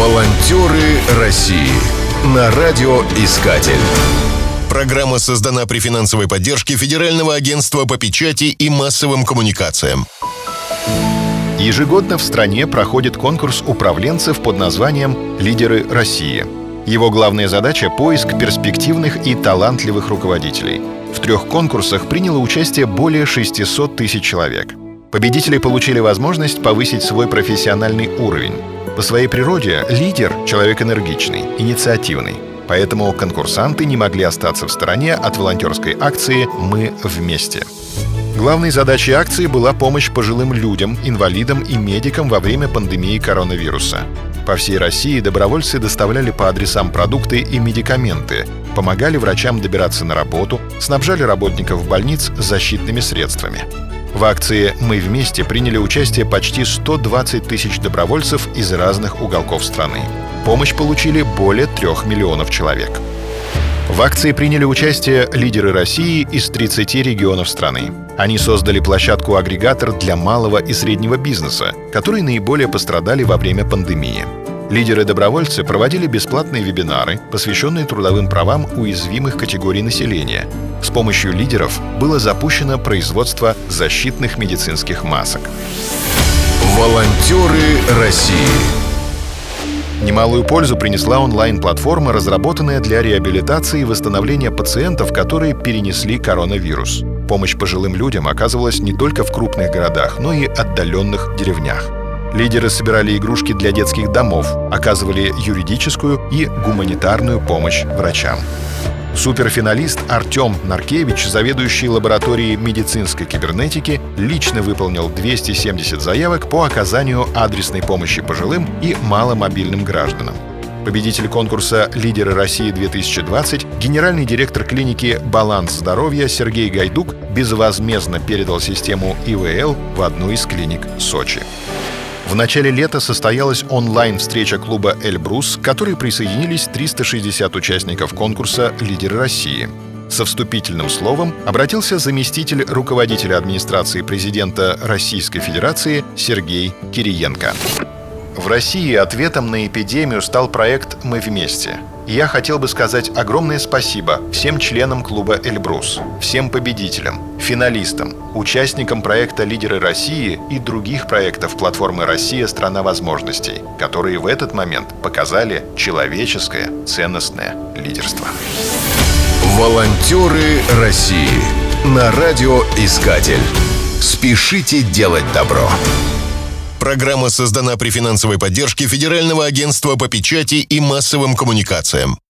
Волонтеры России на радиоискатель. Программа создана при финансовой поддержке Федерального агентства по печати и массовым коммуникациям. Ежегодно в стране проходит конкурс управленцев под названием «Лидеры России». Его главная задача — поиск перспективных и талантливых руководителей. В 3 конкурсах приняло участие более 600 тысяч человек. Победители получили возможность повысить свой профессиональный уровень. По своей природе лидер — человек энергичный, инициативный. Поэтому конкурсанты не могли остаться в стороне от волонтерской акции «Мы вместе». Главной задачей акции была помощь пожилым людям, инвалидам и медикам во время пандемии коронавируса. По всей России добровольцы доставляли по адресам продукты и медикаменты, помогали врачам добираться на работу, снабжали работников больниц защитными средствами. В акции «Мы вместе» приняли участие почти 120 тысяч добровольцев из разных уголков страны. Помощь получили более 3 миллионов человек. В акции приняли участие лидеры России из 30 регионов страны. Они создали площадку-агрегатор для малого и среднего бизнеса, которые наиболее пострадали во время пандемии. Лидеры-добровольцы проводили бесплатные вебинары, посвященные трудовым правам уязвимых категорий населения. С помощью лидеров было запущено производство защитных медицинских масок. Волонтеры России. Немалую пользу принесла онлайн-платформа, разработанная для реабилитации и восстановления пациентов, которые перенесли коронавирус. Помощь пожилым людям оказывалась не только в крупных городах, но и отдаленных деревнях. Лидеры собирали игрушки для детских домов, оказывали юридическую и гуманитарную помощь врачам. Суперфиналист Артем Наркевич, заведующий лабораторией медицинской кибернетики, лично выполнил 270 заявок по оказанию адресной помощи пожилым и маломобильным гражданам. Победитель конкурса «Лидеры России-2020», генеральный директор клиники «Баланс здоровья» Сергей Гайдук безвозмездно передал систему ИВЛ в одну из клиник Сочи. В начале лета состоялась онлайн-встреча клуба «Эльбрус», к которой присоединились 360 участников конкурса «Лидеры России». Со вступительным словом обратился заместитель руководителя администрации президента Российской Федерации Сергей Кириенко. В России ответом на эпидемию стал проект «Мы вместе». И я хотел бы сказать огромное спасибо всем членам клуба «Эльбрус», всем победителям, финалистам, участникам проекта «Лидеры России» и других проектов платформы «Россия. Страна возможностей», которые в этот момент показали человеческое ценностное лидерство. Волонтеры России на радиоискатель. Спешите делать добро. Программа создана при финансовой поддержке Федерального агентства по печати и массовым коммуникациям.